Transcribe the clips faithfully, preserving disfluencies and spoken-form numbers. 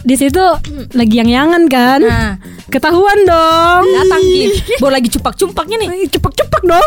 di situ lagi yang-yangan kan. Nah. Ketahuan dong. Datang Ki. Baru lagi cupak-cumpaknya nih. Cepak-cepak dong.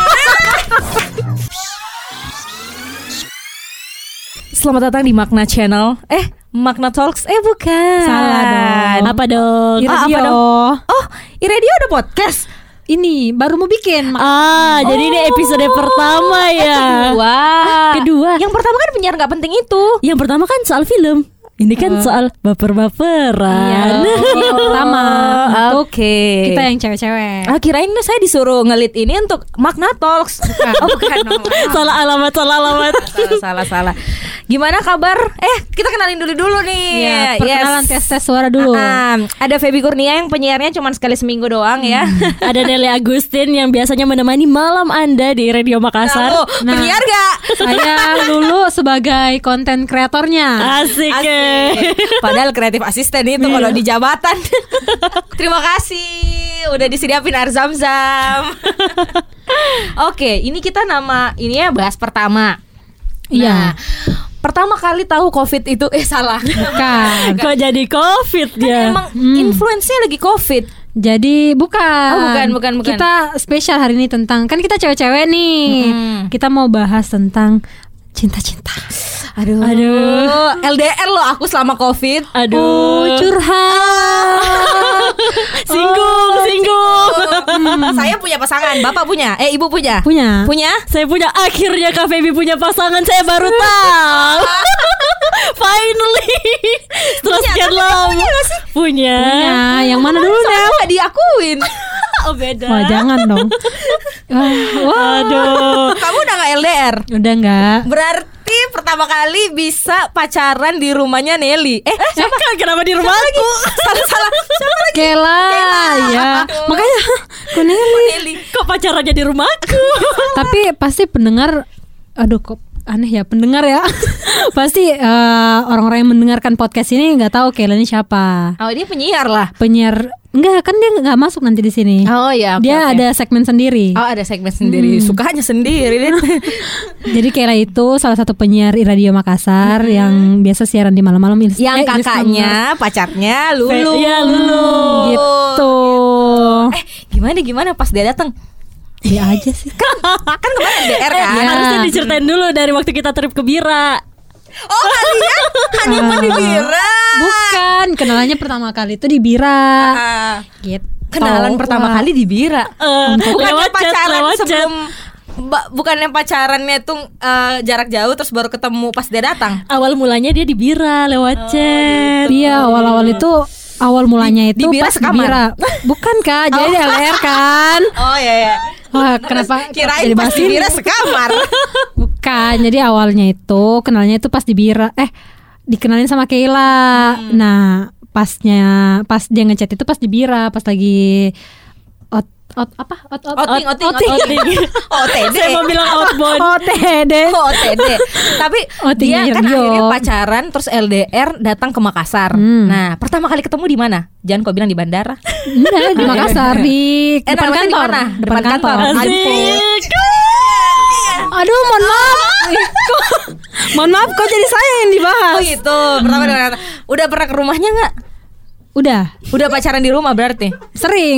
Selamat datang di Makna Channel. Eh, Makna Talks. Eh, bukan. Salah dong. Apa dong? Iradio. Ah, apa dong? Oh, Iradio ada podcast. Ini baru mau bikin. Ah, oh. Jadi ini episode pertama ya. Kedua. Kedua. Yang pertama kan penyiar gak penting itu. Yang pertama kan soal film. Ini kan uh. soal baper-baperan. Iya, yang pertama. Oke. Okay. Kita yang cewek-cewek. Ah, kirain saya disuruh ngelit ini untuk Makna Talks. Bukan. Oh, bukan. No. Salah alamat, salah alamat. salah, salah, salah. Gimana kabar? Eh, kita kenalin dulu dulu nih. Iya, perkenalan yes. tes-tes suara dulu. Uh, ada Feby Kurnia yang penyiarnya cuma sekali seminggu doang hmm. ya. Ada Nelly Agustin yang biasanya menemani malam Anda di Radio Makassar. Lalu, nah, penyiar gak? Saya dulu sebagai konten kreatornya. Asik, Asik. Padahal kreatif asisten itu kalau di jabatan. Terima kasih udah disediain air zam-zam. Oke, ini kita nama ini ya bahas pertama. Iya. Nah, pertama kali tahu COVID itu eh salah. Bukan. Kok jadi COVID ya? Kan emang hmm. influence-nya lagi COVID. Jadi bukan. Oh, bukan, bukan, bukan. Kita spesial hari ini tentang, kan kita cewek-cewek nih. Hmm. Kita mau bahas tentang cinta-cinta. Aduh. Aduh. L D R loh aku selama COVID. Aduh. Oh, curhat. Singgung, oh, singgung. Hmm. Saya punya pasangan, Bapak punya? Eh, Ibu punya? Punya. Punya? Saya punya. Akhirnya Kak Feby punya pasangan. Saya baru tahu. Finally. Setelah punya, sekian lama. Punya gak sih? Punya. Punya. Yang mana dulu, Nel? Gak diakuin. Oh, beda. Wah, jangan dong. Wah. Aduh. Kamu udah gak L D R? Udah enggak. Berarti pertama kali bisa pacaran di rumahnya Nelly. Eh, eh siapa? Kenapa di rumahku? Salah-salah. Siapa lagi? Kela. Ya. Aduh. Makanya kok Nelly. Kok pacarannya di rumahku? Tapi pasti pendengar, aduh kok aneh ya pendengar ya. Pasti uh, orang-orang yang mendengarkan podcast ini nggak tahu Kela ini siapa. Oh, dia penyiar lah. Penyiar. Enggak, kan dia nggak masuk nanti di sini. Oh ya, okay, dia okay. ada segmen sendiri. Oh, ada segmen sendiri. Hmm. Sukanya sendiri. Jadi Kela itu salah satu penyiar Radio Makassar hmm. yang biasa siaran di malam-malam. Yang eh, kakaknya, pacarnya Lulu. Iya, Lulu. Gitu. Eh, gimana gimana pas dia datang? Dia aja sih. Kan kemarin D R kan. Ya. Harusnya diceritain dulu dari waktu kita trip ke Bira. Oh, kalian honeymoon di Bira. Bukan, kenalannya pertama kali itu di Bira. Uh, gitu. Kenalan pertama Wah. kali di Bira. Uh, bukannya pacaran chat, sebelum ba- bukannya pacarannya tuh uh, jarak jauh terus baru ketemu pas dia datang. Awal mulanya dia di Bira lewat oh, chat. Iya, awal-awal itu awal mulanya itu di, di Bira pas sekamar. di Bira. Bukan Kak, jadi oh. L D R kan. Oh iya iya. Wah, kenapa kirain pas di Bira sekamar? Bukan, jadi awalnya itu kenalnya itu pas di Bira. Eh, dikenalin sama Kela. Hmm. Nah, pasnya pas dia ngechat itu pas di Bira, pas lagi ot ot apa? Ot ot outing outing outing. O T D. Saya mau bilang outbound. O T D. O T D. Tapi dia kan akhirnya pacaran terus L D R datang ke Makassar. Hmm. Nah, pertama kali ketemu di mana? Jangan kau bilang di bandara. Enggak, di Makassar, di eh, depan kantor. Depan, depan kantor. Asik. Aduh, mohon maaf. Mohon maaf kok jadi saya yang dibahas. Oh gitu. Pertama hmm. Udah pernah ke rumahnya enggak? Udah. Udah pacaran di rumah berarti? Sering.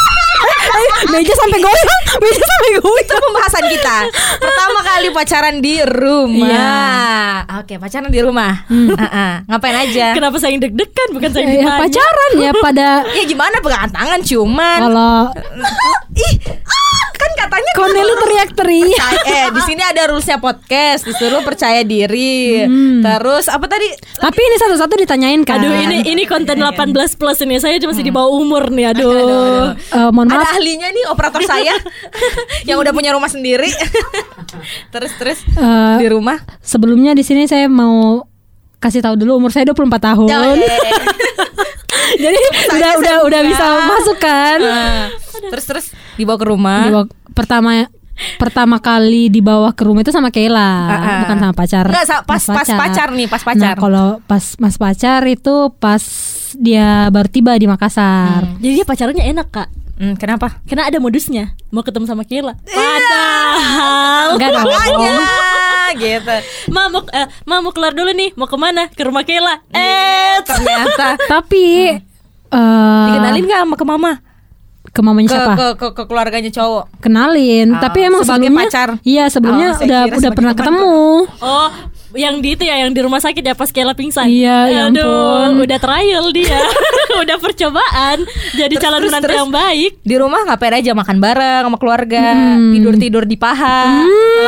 Meja sampai goyang, meja sampai goyang. Itu pembahasan kita. Pertama kali pacaran di rumah. Iya. Oke, pacaran di rumah. Hmm. Uh-uh. Ngapain aja? Kenapa saya deg-degan bukan saya ya, ditanya? pacaran ya pada. Ya gimana pegangan tangan cuman. Kalau ih, kan katanya Konelu teriak-teriak. Eh, di sini ada rulesnya podcast, disuruh percaya diri. Hmm. Terus apa tadi? Tapi ini satu-satu ditanyain kan. Aduh, ini ini konten delapan belas plus ini. Saya masih di bawah umur nih. Aduh. Aduh, aduh, aduh. Uh, mohon maaf. Ada ahlinya nih, operator saya yang udah punya rumah sendiri. terus terus uh, di rumah. Sebelumnya di sini saya mau kasih tahu dulu umur saya dua puluh empat tahun. Oh, yeah. Jadi udah udah udah bisa masuk kan. Uh, terus terus dibawa ke rumah. Dibawa, pertama pertama kali dibawa ke rumah itu sama Kela, uh-uh. bukan sama pacar. Enggak, pas pas pacar. pacar nih, pas pacar. Nah, kalau pas mas pacar itu pas dia baru tiba di Makassar. Hmm. Jadi dia pacarannya enak, Kak. Hmm, kenapa? Karena ada modusnya mau ketemu sama Kela. Padahal enggak dong. gitu. Ma mau, eh, Ma mau keluar dulu nih. Mau kemana? Ke rumah Kela. Eh Ternyata Tapi eh dikenalin gak sama ke mama? ke mamanya Ke, siapa? ke, ke, ke keluarganya cowok. Kenalin, Oh, tapi emang sebagai sebelumnya pacar. Iya, sebelumnya Oh, saya udah kira udah sebagai pernah teman. ketemu. Oh, yang di itu ya, yang di rumah sakit ya pas Kela pingsan. Iya, ya Aduh, ampun. udah trial dia. Udah percobaan jadi Terus, calon terus, menantu terus. yang baik. Di rumah ngapain aja, makan bareng sama keluarga, Hmm. tidur-tidur di paha.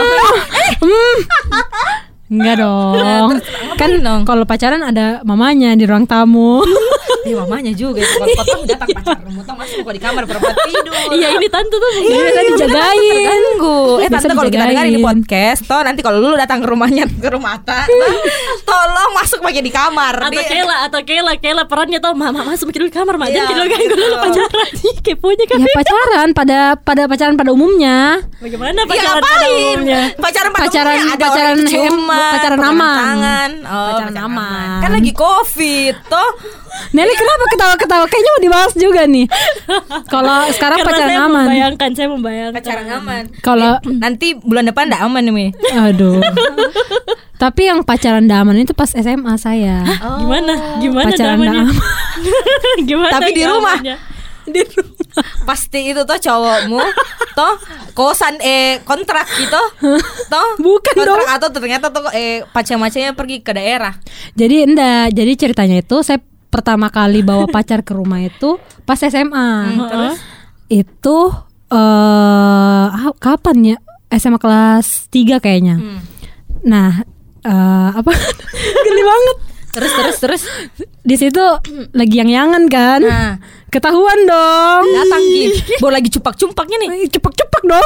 Enggak dong. Kan dong. kalau pacaran ada mamanya di ruang tamu. Eh mamanya juga itu. Kalau potong datang pacar remutang masuk kok di kamar perempuan tidur. Iya, ini tante tuh. Iya, biasa dijagain. Terganggu. Eh Biasa tante kalau kita dengar ini dijagain. podcast, toh nanti kalau lu datang ke rumahnya ke rumah Ta, toh, tolong masuk pakai di kamar. Atau Dia- Kela, atau Kela, Kela perannya tau, Mama masuk dulu di kamar, Ma. Iya, Jangan dulu ganggu gitu. dulu pacaran. Ih, keponya kan. Ya pacaran pada pada pacaran pada umumnya. Bagaimana Ya pacaran pada ngapain? umumnya? Pacaran pada Pacaran- umumnya ada pacaran orang hem- ciuman, pacaran pegangan aman. tangan. Oh, Pacaran aman. Kan lagi Covid toh. Nelly kenapa ketawa-ketawa? Kayaknya mau dibahas juga nih. Kalau sekarang Karena pacaran saya aman. membayangkan, saya membayangkan. Pacaran aman. Kalau Nanti bulan depan enggak aman nih. aduh. Tapi yang pacaran nggak aman itu pas S M A saya. Gimana? Gimana Pacaran namanya? nggak aman. Gimana? Tapi di rumah. namanya? Di rumah. Pasti itu toh cowokmu toh kosan eh kontrak gitu toh Bukan kontrak dong. atau ternyata tuh eh pacar-pacarnya pergi ke daerah. Jadi enggak, jadi ceritanya itu saya pertama kali bawa pacar ke rumah itu pas S M A. terus? Itu eh ah, kapan ya? S M A kelas tiga kayaknya. Hmm. Nah, eh apa? Geli banget. Terus terus terus Di situ lagi yang-yangan kan. Nah. Ketahuan dong. datang Ki. Baru lagi cupak-cumpaknya nih. Ay, cepak-cepak dong.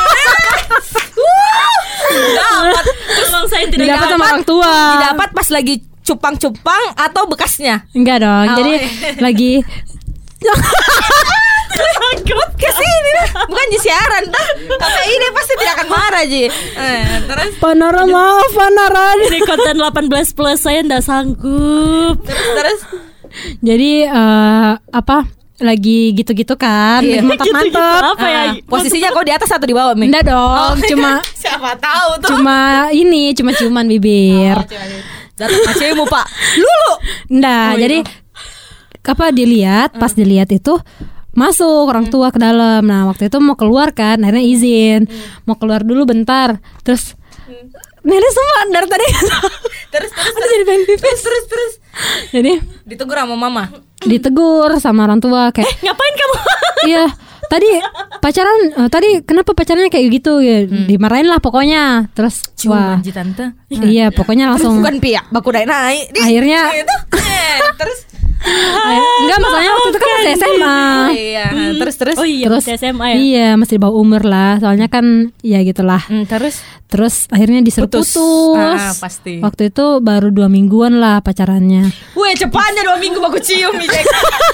Dapat. Tolong saya tidak Didapat sama orang tua. Didapat pas lagi cupang-cupang atau bekasnya? Enggak dong. Oh, Jadi iya. lagi Kesini dah. Bukan di siaran dah. Tapi ini pasti tidak akan marah Ji. Eh, terus Panara maaf Panara. Ini konten delapan belas plus, saya ndak sanggup. terus terus Jadi eh, apa? Lagi gitu-gitu kan, Iya. lagi mantap-mantap. Gitu-gitu apa ya? Ah, posisinya kau di atas atau di bawah Mi? Enggak dong, cuma Siapa tahu tuh. cuma ini, cuma ciuman bibir. Datang macemu Pak. Lulu. Enggak, Oh, iya. jadi apa dilihat, pas dilihat itu masuk orang tua ke dalam. Nah, waktu itu mau keluar kan, akhirnya izin. Mau keluar dulu bentar. Terus Nelly semua dari tadi Terus terus Aduh, jadi pengen pipis. terus terus terus. Jadi Ditegur sama mama. ditegur sama orang tua kayak Ngapain kamu? iya tadi pacaran eh, tadi kenapa pacarnya kayak gitu ya, dimarahin lah pokoknya. Terus wah Ciuman Ji tante. iya pokoknya Terus langsung bukan piak, baku naik naik. Di- Akhirnya- gitu. Eh, terus eh, enggak masalahnya waktu itu kan masih S M A. oh, iya, terus terus. Oh iya, Terus masih S M A ya. iya masih di bawah umur lah, soalnya kan ya gitulah. Hmm, terus Terus akhirnya disuruh Putus. putus, Ah, pasti. Waktu itu baru dua mingguan lah pacarannya. Weh cepatnya dua minggu baku cium nih Jack.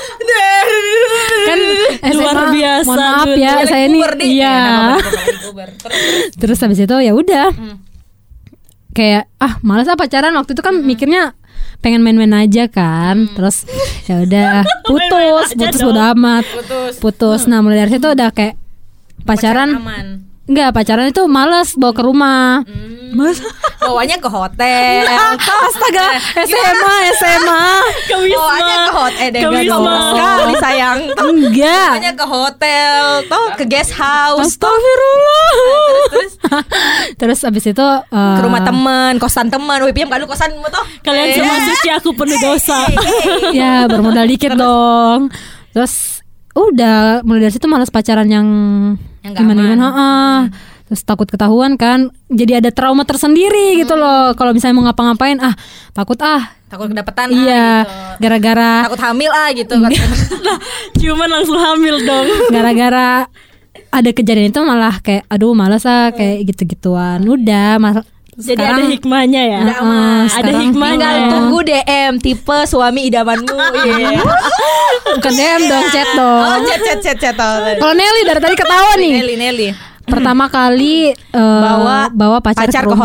Kan S M A, Luar biasa, mohon maaf Jun. ya Lagi saya ini puber nih. iya. Eh, nama baru lagi puber. Terus, terus. Terus habis itu ya udah kayak ah malas ah pacaran. Waktu itu kan mikirnya pengen main-main aja kan. Terus ya udah putus, Main-main aja putus dong. udah amat. Putus. Putus. Nah mulai dari situ udah kayak pacaran. aman. Enggak, pacaran itu males bawa ke rumah. Mas, Bawanya ke hotel. astaga, S M A, S M A. Ke Wisma. Bawanya ke hotel. Eh, Ke enggak Wisma. dong. Sekali sayang. Enggak. Bawanya ke hotel, toh ke guest house, toh Astagfirullah. terus Terus abis itu eh, ke rumah teman, kosan teman. Wih, piam kali kosanmu toh. Kalian Eh, semua suci, aku penuh dosa. ya bermodal dikit dong. Terus udah mulai dari situ malas pacaran yang Yang nggak gimana aman. gimana. heeh. Terus takut ketahuan kan, jadi ada trauma tersendiri gitu loh. Kalau misalnya mau ngapa-ngapain, ah takut ah. Takut kedapetan Iya, ah, gitu. gara-gara Takut hamil ah gitu. Cuman langsung hamil dong. gara-gara ada kejadian itu malah kayak aduh malas ah kayak gitu-gituan. Udah mas Jadi sekarang ada hikmahnya ya. Udah Heeh, aman. Ada sekarang hikmahnya. Tinggal tunggu D M tipe suami idamanmu. Iya. bukan D M dong, chat dong. Oh, chat chat chat chat oh, tadi. Kalau Nelly dari tadi ketawa nih. Nelly Nelly. Pertama kali eh, Bawa bawa pacar, pacar ke, ke rumah. hotel.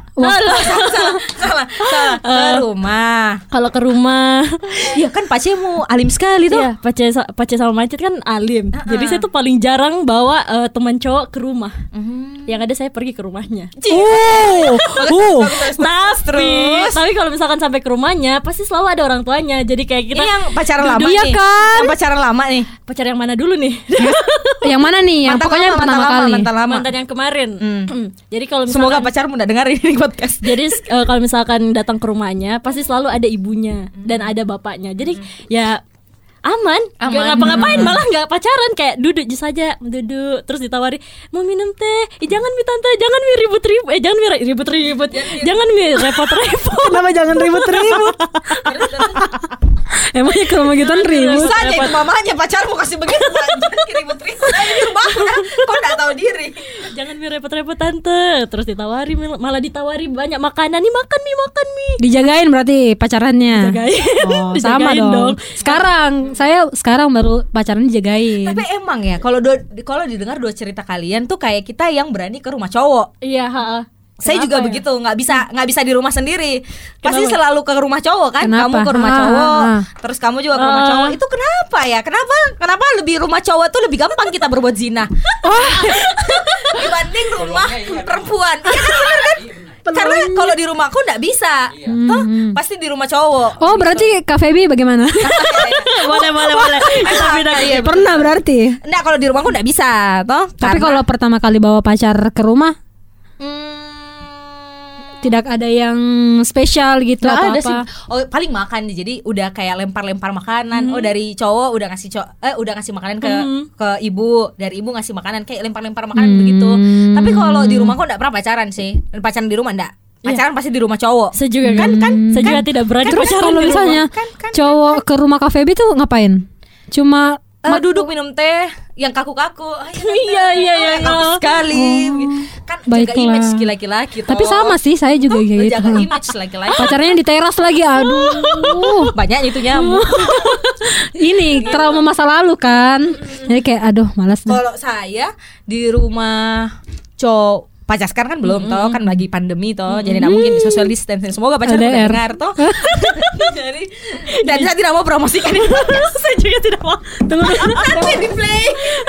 Wah. salah, salah, salah, salah. Ke rumah. Kalau ke rumah, Iya kan pacemu alim sekali tuh. iya, pace sa- pace sama Macet kan alim. Jadi saya tuh paling jarang bawa eh, teman cowok ke rumah. Yang ada saya pergi ke rumahnya. Oh, oh. Tapi, tapi kalau misalkan sampai ke rumahnya, pasti selalu ada orang tuanya. Jadi kayak kita Ini yang pacaran lama Iya nih. kan? Yang pacaran lama nih. pacar yang mana dulu nih? Yang mana nih? Yang Mantan pokoknya lama, pertama mantan lama, kali. mantan lama. Mantan yang kemarin. Hmm. Jadi kalau Semoga misalkan pacarmu enggak dengar ini podcast. Jadi eh, kalau misalkan datang ke rumahnya pasti selalu ada ibunya dan ada bapaknya. Jadi ya aman, Aman. Gak ngapa-ngapain, malah nggak pacaran, kayak duduk saja, duduk terus ditawari mau minum teh, eh, jangan mi tante, jangan mi ribut-ribut, eh jangan mi ribut-ribut, jangan mi repot-repot. Kenapa jangan ribut-ribut? Emangnya ke rumah gituan ribut? Bisa aja itu mamanya pacarmu kasih begitu anjir ribut-ribut. Ayo di rumah. Kok enggak tahu diri. Jangan mi repot-repot tante, terus ditawari, malah ditawari banyak makanan, nih makan mi makan mi. Dijagain berarti pacarannya. Dijagain. Oh, sama Dijagain dong. dong. Sekarang saya sekarang baru pacaran dijagain. Tapi emang ya kalau do- kalau didengar dua cerita kalian tuh kayak kita yang berani ke rumah cowok. Iya, ha. Saya Kenapa juga ya? begitu, nggak bisa nggak bisa di rumah sendiri. Pasti Kenapa? selalu ke rumah cowok kan? Kenapa? Kamu ke rumah Ah, cowok, ah. terus kamu juga ke rumah Ah. cowok. Itu kenapa ya? Kenapa? Kenapa lebih rumah cowok tuh lebih gampang kita berbuat zina? Dibanding rumah perempuan. Iya kan bener kan? Karena kalau di rumahku nggak bisa, toh pasti di rumah cowok. Oh, berarti Kak Feby bagaimana? boleh boleh boleh. Kita beda Iya, Pernah berarti. Nggak, kalau di rumahku nggak bisa, toh. Tapi Karena- kalau pertama kali bawa pacar ke rumah, Hmm, tidak ada yang spesial gitu nggak atau ada apa? sih. Oh, paling makan nih. Jadi udah kayak lempar-lempar makanan. Oh, dari cowok udah ngasih co- eh udah ngasih makanan ke ke ibu, dari ibu ngasih makanan kayak lempar-lempar makanan Hmm. begitu. Tapi kalau di rumahku enggak pernah pacaran sih. Pacaran di rumah enggak. Pacaran pasti di rumah cowok. Saya juga Kan kan Saya juga tidak berani Terus pacaran kalau di rumah. misalnya Kan, kan, cowok ke rumah Kak Feby tuh ngapain? Cuma Eh, duduk minum teh yang kaku-kaku. Ay, Iya iya iya. kaku sekali. Kan jaga baiklah. image laki-laki toh. tapi sama sih, saya juga kayak gitu. Jaga image laki-laki. Pacarnya di teras lagi, aduh. Banyak itu nyamuk. Ini trauma masa lalu kan. Jadi kayak aduh, malas dah. Kalau saya di rumah cowok pacar sekarang kan belum toh, kan lagi pandemi toh, jadi nggak mungkin social distancing. Semoga pacar L D R. udah dengar toh. Jadi dan saya tidak mau promosikan ini. Saya juga tidak mau. Tunggu dulu. Nanti di play.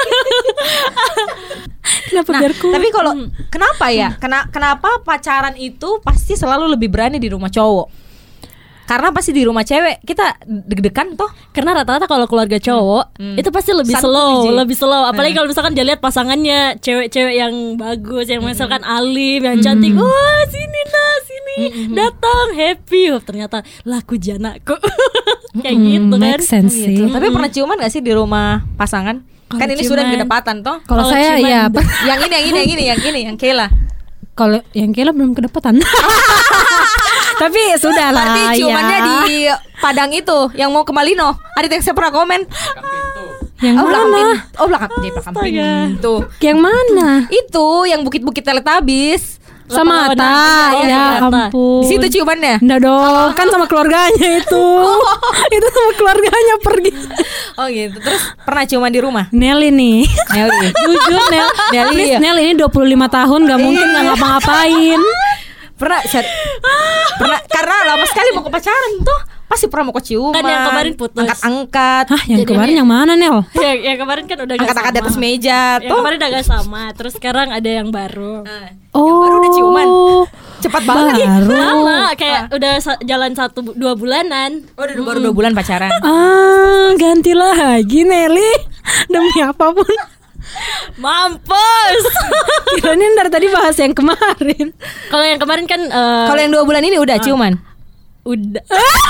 Kenapa Nah, biar cool? tapi kalau kenapa ya? Kena, kenapa pacaran itu pasti selalu lebih berani di rumah cowok? Karena pasti di rumah cewek kita deg-degan toh. Karena rata-rata kalau keluarga cowok Hmm. itu pasti lebih Santuy, slow, Ji. lebih slow. Apalagi Hmm. kalau misalkan dia lihat pasangannya cewek-cewek yang bagus, yang misalkan alim, yang cantik. Wah, sini nah, sini datang happy. Oh, ternyata laku janaku. Kayak Hmm, gitu kan. make sense sih. Gitu. Tapi pernah ciuman gak sih di rumah pasangan? Kalau Kan ini sudah ciuman- kedapatan toh. Kalau Kalau saya ciuman- ya, Yang ini, yang ini, yang ini, yang ini, yang Kela. kalau yang Kela belum kedapatan. Tapi sudah lah. Berarti ciumannya ya. di Padang itu yang mau ke Malino. Ada yang saya pernah komen. Yang oh, belakang mana? pintu. Oh, belakang di belakang Astaga. pintu. Yang mana? Itu yang bukit-bukit Teletubbies. Sama Lapangan Ata. Ata, Ya Ata. ampun. Di situ ciumannya. Enggak dong, kan sama keluarganya itu. Itu sama keluarganya pergi. Oh gitu. Terus pernah ciuman di rumah? Nelly nih. Nelly. Jujur Nel, Nelly, Please, iya. Nel ini dua puluh lima tahun gak mungkin gak ngapa-ngapain. Pernah set, pernah karena lama sekali mau ke pacaran tuh pasti pernah mau ke ciuman. Kan yang kemarin putus. Angkat-angkat. Hah, yang Jadi kemarin ini- yang mana Nel? yang, yang kemarin kan udah gak Angkat-angkat di sama. atas meja Yang tuh. kemarin udah gak sama. Terus sekarang ada yang baru. Nah, Oh, yang baru udah ciuman. Cepat banget. baru. Lama kayak udah sa- jalan satu bu- dua bulanan. Oh, udah baru dua bulan pacaran. Ah, ganti lagi Nelly. Demi apapun. Mampus. Kirain dari tadi bahas yang kemarin. Kalau yang kemarin kan eh, Kalau yang dua bulan ini udah ciuman. udah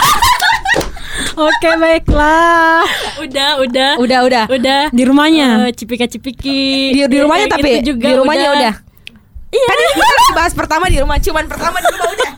Oke, baiklah. udah udah Udah, udah. udah Di rumahnya. Eh, cipika-cipiki. Di, di rumahnya Kayak tapi gitu juga di rumahnya udah. Iya. Kan ini kita harus bahas pertama di rumah, ciuman pertama di rumah udah.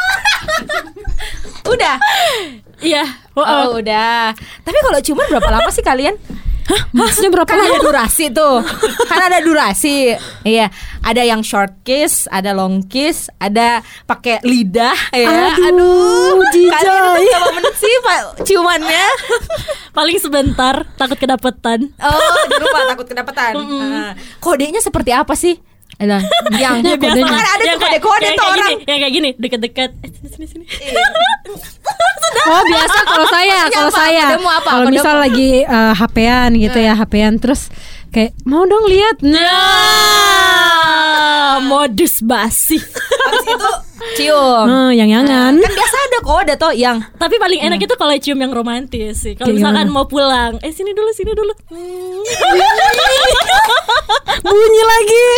Udah. Iya. Oh, Oh, udah. Tapi kalau ciuman berapa lama sih kalian? Maksudnya berapa Kan ada lama? durasi tuh. Kan ada durasi. Iya, ada yang short kiss, ada long kiss, ada pakai lidah ya. Aduh, jijai. Kalian itu berapa menit sih Pak ciumannya? paling sebentar takut kedapetan. Oh, di rumah takut kedapetan. Nah, kodenya seperti apa sih? Ada yang Ya biasa kodenya. lah. Kan ada Yang tuh kayak- kode-kode yang tuh kayak orang. gini, yang kayak gini dekat-dekat. Eh, sini sini sini. Oh biasa kalau saya, Kodenya kalau apa? saya, Kodemu apa? kalau Kodemu? misal lagi uh, H P-an gitu ya, H P-an terus kayak mau dong lihat. Ah, modus basi. Habis itu cium. Oh, yang yangan. Kan biasa ada kode tuh yang Tapi paling enak itu kalau cium yang romantis sih. Kalau Kayak misalkan gimana? mau pulang, eh sini dulu, sini dulu. Hmm. Bunyi lagi.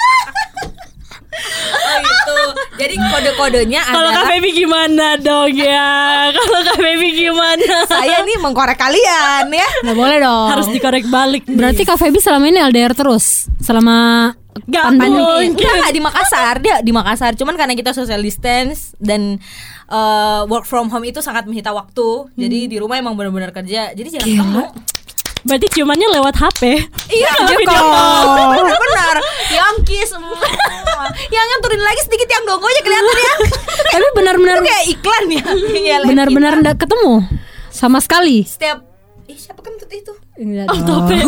oh gitu. Jadi kode-kodenya Kalau Kak adalah Baby gimana dong ya? Kalau Kak Baby gimana? saya nih mengkorek kalian ya. Nggak boleh dong. Harus dikorek balik nih. Berarti Kak Feby selama ini L D R terus selama Gak pandemi. mungkin. Enggak, enggak di Makassar, dia di Makassar. Cuman karena kita social distance dan uh, work from home itu sangat menyita waktu. Jadi di rumah emang benar-benar kerja. Jadi jarang ketemu. Berarti ciumannya lewat H P. Iya, Video kok. Benar-benar. Yang kiss semua. Yang yang turun lagi sedikit yang donggonya kelihatan ya. Tapi benar-benar Itu kayak iklan ya. Iya, like benar-benar iklan. enggak ketemu sama sekali. Setiap Ih, siapa kentut itu? Enggak Oh, dong. tope.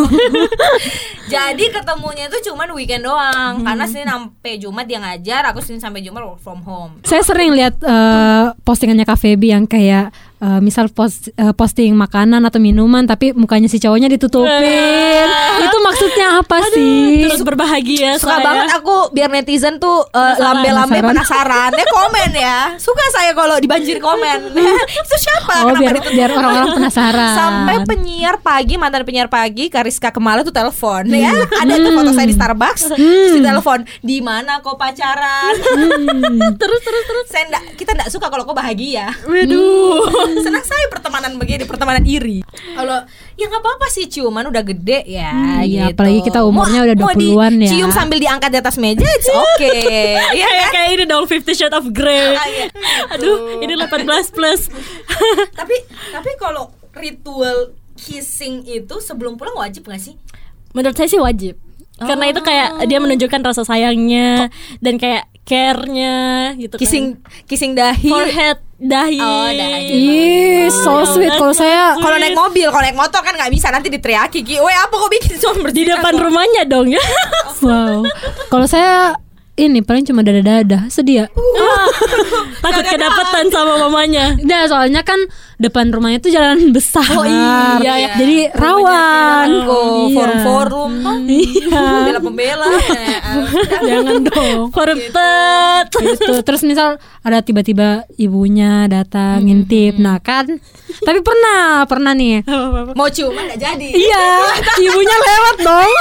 Jadi ketemunya itu cuman weekend doang. Karena Senin sampai Jumat dia ngajar, aku Senin sampai Jumat work from home. Saya sering lihat eh, postingannya Kak Feby yang kayak eh, misal post, eh, posting makanan atau minuman tapi mukanya si cowoknya ditutupin. Itu maksudnya apa sih? Terus berbahagia Suka saya. banget aku biar netizen tuh uh, lambe-lambe penasaran. Ya komen ya. Suka saya kalau dibanjir komen. Itu siapa? Oh, Kenapa biar ditutup? biar orang-orang penasaran. Sampai penyiar pagi, mantan penyiar pagi Kariska Kemala tuh telepon ya. Ada tuh foto saya di Starbucks. Terus ditelepon, "Di mana kau pacaran?" Terus terus terus. Saya enggak, kita enggak suka kalau kau bahagia. Waduh. Senang saya pertemanan begini, pertemanan iri. Kalau ya nggak apa-apa sih, ciuman udah gede ya. Hmm, iya, gitu. apalagi kita umurnya Mau- udah mau dua puluhan ya. Cium sambil diangkat di atas meja, it's okay. Iya Kayak kan? kayak ini dong Fifty Shades of Grey. Ah, iya. Aduh, ini delapan belas plus. Tapi tapi kalau ritual kissing itu sebelum pulang wajib nggak sih? Menurut saya sih wajib. Karena itu kayak dia menunjukkan rasa sayangnya dan kayak care-nya gitu Kissing kan. kissing dahi. Forehead, dahi. Oh, dahi. Ih, so sweet. Kalau saya Kalau naik mobil, kalau naik motor kan nggak bisa, nanti diteriaki. Ki, "Weh, apa kok bikin cuma Di depan rumahnya dong ya. wow. Kalau saya ini paling cuma dada-dada, sedia. Takut kedapetan sama mamanya. Nah, soalnya kan depan rumahnya tuh jalan besar. Oh, iya, iya. Jadi rawan. Kok Iya. forum-forum toh. Iya. Pembela-pembela. Jangan dong. Forum tet. Gitu. Terus misal ada tiba-tiba ibunya datang ngintip, nah kan. Tapi pernah, pernah nih. Mau ciuman nggak jadi. Iya, ibunya lewat dong.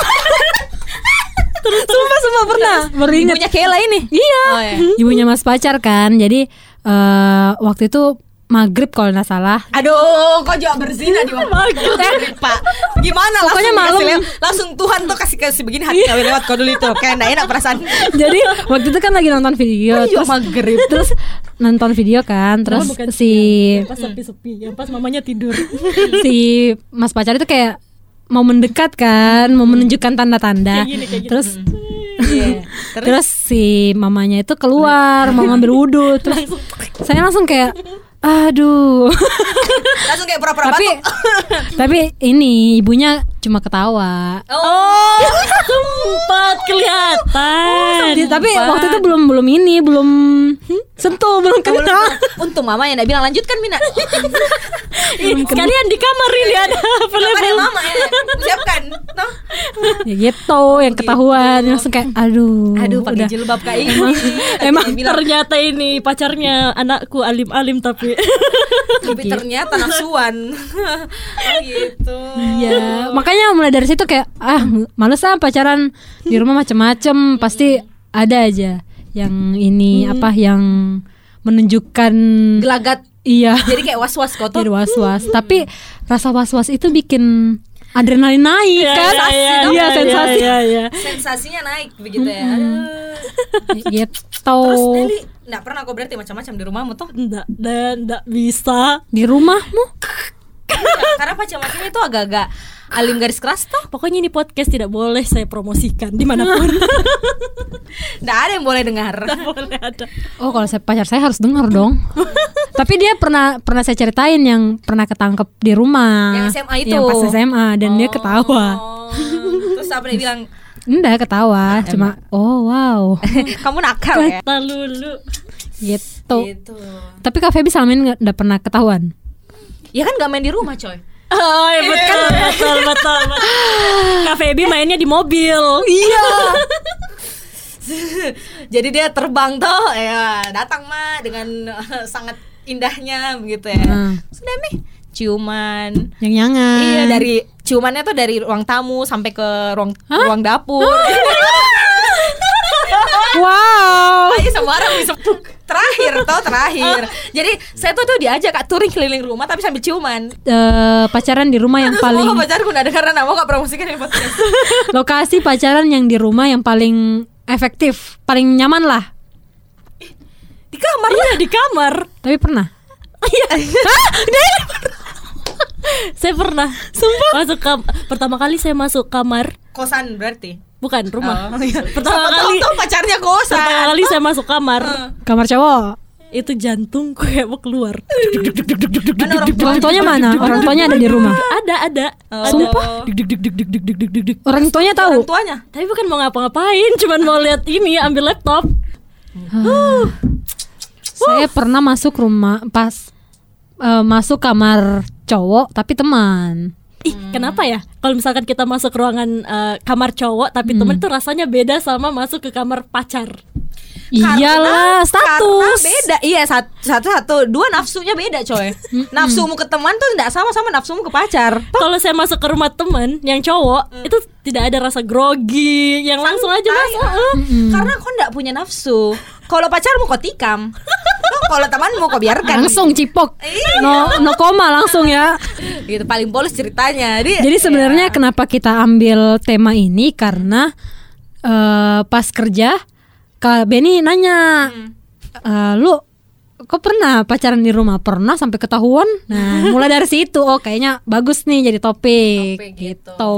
Terus sumpah sumpah pernah. Baru ingat. Ibunya Kela ini. Iya. Oh, iya. Ibunya Mas pacar kan. Jadi eh, waktu itu maghrib kalau nggak salah. Aduh, kok juga berzina di maghrib, Pak. Gimana Pokoknya langsung malam. dikasih lewat, langsung Tuhan tuh kasih kasih begini hati kawin lewat kau dulu itu. Kayak enggak enak perasaan. Jadi waktu itu kan lagi nonton video. Juga Terus maghrib. terus nonton video kan. Terus bukan si Pas sepi-sepi, yang pas mamanya tidur. si Mas pacar itu kayak mau mendekat kan, mau menunjukkan tanda-tanda. Kayak gini, kayak gini. Terus Iya. terus si mamanya itu keluar mau ngambil wudhu. Terus saya langsung kayak aduh. Langsung kayak pura-pura tapi batuk. tapi ini ibunya cuma ketawa. Oh. Sempat kelihatan. Di- tapi waktu itu belum belum ini belum sentuh belum kena. Untung mama yang enggak bilang lanjutkan Mina. Ih, sekalian di kamar ini ada apa Ada level. mama ya. Siapkan. Toh. Ya gitu yang ketahuan langsung kayak aduh. Aduh, pakai udah. jilbab kayak ini. Emang Tadi dia bilang, Ternyata ini pacarnya anakku alim-alim tapi tapi ternyata nafsuan. Oh gitu. Iya, makanya mulai dari situ kayak ah males ah pacaran di rumah macem-macem, pasti ada aja yang ini apa yang menunjukkan Gelagat. iya Jadi kayak was-was kau tuh. jadi was-was. Tapi rasa was-was itu bikin adrenalin naik Iya, kan? iya, iya, Iya, iya, sensasi iya, iya. Sensasinya naik begitu ya. Aduh. gitu. Terus Nelly nggak pernah kok berarti macam-macam di rumahmu tuh. Nggak, dan nggak bisa. Di rumahmu Iya, karena macam-macam itu agak-agak alim garis keras tuh. Pokoknya ini podcast tidak boleh saya promosikan dimanapun. Nggak ada yang boleh dengar. Boleh ada. oh kalau saya pacar saya harus dengar dong. Tapi dia pernah pernah saya ceritain yang pernah ketangkep di rumah Yang S M A itu. yang pas S M A dan dia ketawa. Oh. Terus apa dia bilang? Enggak ketawa, cuma oh wow Kamu nakal ya. Kata lulu. gitu. Gitu. Tapi Kak Feby selama ini nggak nggak pernah ketahuan. Ya kan gak main di rumah coy. Oh iya, betul, betul, betul, betul. Kak Feby mainnya di mobil. Iya. Jadi dia terbang tuh, ya datang mah dengan uh, sangat indahnya begitu ya. Hmm. Sudah nih ciuman. Yang-yangan. Iya, dari ciumannya tuh dari ruang tamu sampai ke ruang Hah? ruang dapur. Wow. Ayo semua orang bisa terakhir toh terakhir. Jadi saya tuh tuh diajak Kak touring keliling rumah tapi sambil ciuman. Eh, pacaran di rumah yang paling Semoga pacarku nggak ada karena nama gak promosikan di podcast. lokasi pacaran yang di rumah yang paling efektif, paling nyaman lah. Di kamar. Iya, di kamar. Tapi pernah. Saya pernah. Sumpah. Masuk kam pertama kali saya masuk kamar, Kosan berarti. bukan rumah. Oh, iya. Pertama Siapa kali tahu tuh pacarnya kosan. pertama kali saya masuk kamar, Kamar cowok. itu jantungku kayak mau keluar. Mana orang tua? Orang tuanya mana? Orang tuanya ada di rumah. Ada, ada. Oh. ada. Sumpah? Orang tuanya tahu. Orang tuanya. Tapi bukan mau ngapa-ngapain, cuman mau lihat ini, ambil laptop. Saya pernah masuk rumah pas eh, masuk kamar cowok tapi teman. Ih, kenapa ya? Kalau misalkan kita masuk ruangan eh, kamar cowok tapi temen itu rasanya beda sama masuk ke kamar pacar. Iyalah, Karena status. beda. Iya, satu, satu satu dua nafsunya beda coy. Nafsumu ke teman tuh tidak sama sama nafsumu ke pacar. Kalau saya masuk ke rumah temen yang cowok, itu tidak ada rasa grogi, yang langsung aja Santai, masuk. ah. eh. Karena kau tidak punya nafsu. Kalau pacarmu kau tikam. Oh, kalau temanmu kau biarkan. Langsung cipok. Iya. No no koma langsung ya. Gitu paling polos ceritanya. Jadi, Jadi sebenarnya kenapa kita ambil tema ini karena eh, pas kerja Kak Benny nanya, "Eh, lu kok pernah pacaran di rumah? Pernah sampai ketahuan?" Nah, mulai dari situ, oh kayaknya bagus nih jadi topik, Topik gitu. gitu.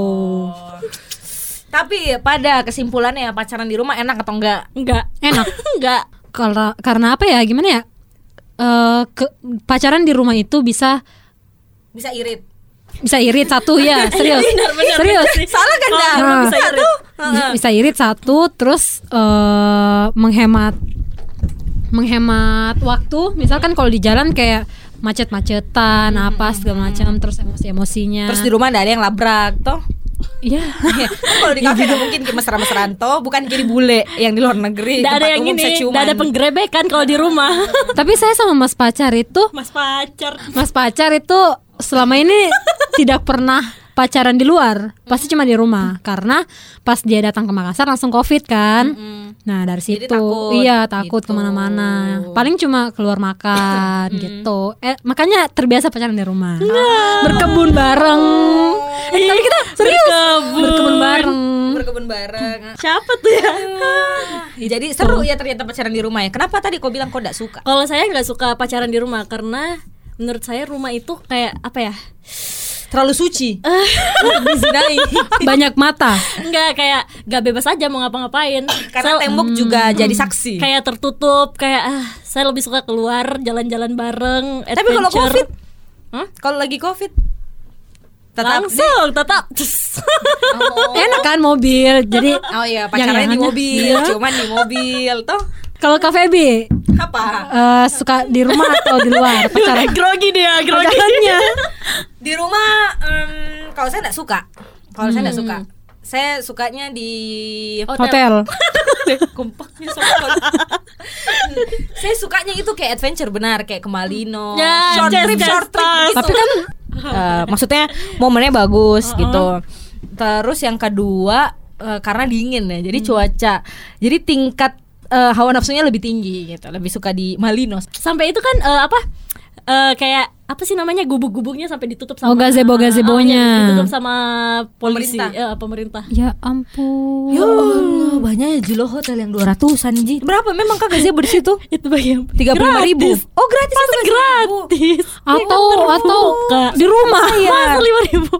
Tapi pada kesimpulannya pacaran di rumah enak atau enggak? Enggak. Enak. Enggak. Karena karena apa ya? Gimana ya? Eh, ke, pacaran di rumah itu bisa Bisa irit. bisa irit satu ya, serius. Benar, benar, serius. benar sih. Salah kan Kalau dah? emang bisa Bisa irit. tuh. Bisa- bisa irit satu, terus eh, menghemat menghemat waktu. Misalkan kalau di jalan kayak macet-macetan apa segala macam, terus emosi-emosinya. Terus di rumah enggak ada yang labrak toh. Iya. Kalau di kafe nggak mungkin mesra-mesraan toh, bukan jadi bule yang di luar negeri. Enggak ada tempat yang umum bisa ini, ciuman. enggak ada penggerebekan kalau di rumah. Tapi saya sama Mas pacar itu, Mas pacar. Mas pacar itu selama ini tidak pernah pacaran di luar, pasti cuma di rumah. Karena pas dia datang ke Makassar langsung COVID kan. Nah dari Jadi situ, takut, iya takut gitu. kemana-mana. Paling cuma keluar makan gitu. Eh makanya terbiasa pacaran di rumah, berkebun bareng. Eh, tapi kita serius Berkebun. berkebun bareng. berkebun bareng. Siapa tuh ya? Jadi seru ya ternyata pacaran di rumah ya. Kenapa tadi kau bilang kau enggak suka? Kalau saya nggak suka pacaran di rumah karena menurut saya rumah itu kayak apa ya? Terlalu suci untuk dizinai. Banyak mata. Enggak, kayak gak bebas aja mau ngapa-ngapain. Karena Saya- tembok juga jadi saksi. kayak tertutup, kayak ah saya lebih suka keluar jalan-jalan bareng. Tapi kalau adventure. COVID, Hah? kalau lagi COVID, tetap langsung tetap. Oh. Enak kan mobil. Jadi Oh iya, pacarannya di Yang-yangannya. mobil, Iya. cuman di mobil toh. kalau Kak Feby Apa? eh, suka di rumah atau di luar pacaran? grogi dia, grogi. Pacarannya. Di rumah em, kalau saya enggak suka. Kalau saya enggak suka. Saya sukanya di Hotel. Kompaknya soal. Saya sukanya itu kayak adventure benar, kayak ke Malino, Ya, short just trip, just short trip. us. Gitu. Tapi kan Eh, maksudnya momennya bagus gitu. Terus yang kedua eh, karena dingin ya, jadi cuaca, jadi tingkat eh, hawa nafsunya lebih tinggi gitu. Lebih suka di Malino. Sampai itu kan eh, apa? Eh, kayak apa sih namanya gubuk-gubuknya sampai ditutup sama Oh, gazebo-gazebonya. Oh, iya, ditutup sama polisi, Pemerintah. eh, pemerintah. ya ampun. Ya Allah, banyak Jilo hotel yang dua ratusan Ji. Berapa memang Kak gazebo di situ? Itu bagian tiga puluh lima ribu. gratis. Oh, gratis Masa itu gazebo. gratis. Atau Terbuka. atau di rumah ya. Masa lima ribu.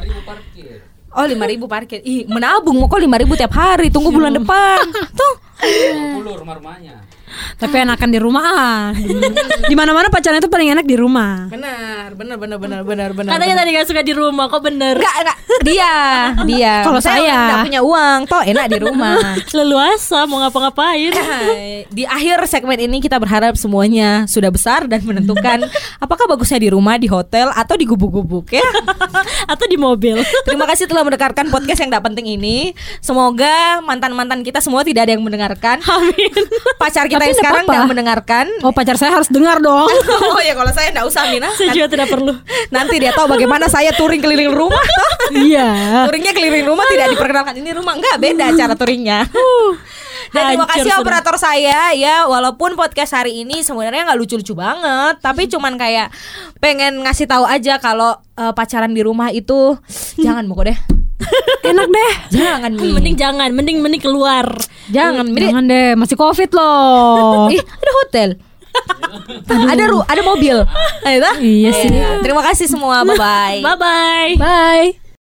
Oh, lima ribu parkir. Ih, menabung mau kok lima ribu tiap hari. Tunggu bulan depan. Tuh. dua puluh rumah-rumahnya. Tapi enakan di rumah ah. Di mana-mana pacaran itu paling enak di rumah. Benar, benar, benar, benar, benar, benar. Katanya tadi gak suka di rumah, kok bener? Enggak, enggak. Dia, dia. Kalau saya enggak punya uang, toh enak di rumah. Leluasa mau ngapa-ngapain. Di akhir segmen ini kita berharap semuanya sudah besar dan menentukan apakah bagusnya di rumah, di hotel, atau di gubuk-gubuk ya. Atau di mobil. Terima kasih telah mendengarkan podcast yang gak penting ini. Semoga mantan-mantan kita semua tidak ada yang mendengarkan. Amin. Pacar kita Tapi yang nggak sekarang apa-apa. gak mendengarkan. Oh, pacar saya harus dengar dong. Oh ya kalau saya gak usah Mina. Saya juga tidak perlu. Nanti dia tahu bagaimana saya touring keliling rumah. Iya. Touringnya keliling rumah tidak diperkenalkan. Ini rumah enggak, beda cara touringnya. Dan terima Hancur kasih sudah. operator saya ya. Walaupun podcast hari ini sebenarnya nggak lucu-lucu banget, tapi cuman kayak pengen ngasih tahu aja kalau uh, pacaran di rumah itu jangan Moko deh. Enak deh. Jangan Mi. Mending jangan, mending mending keluar. Jangan Mi. Jangan deh, masih Covid loh. Ih, ada hotel. ada ru, ada mobil. Ayo, dah. Iya sih. Terima kasih semua. Bye bye. Bye bye. Bye.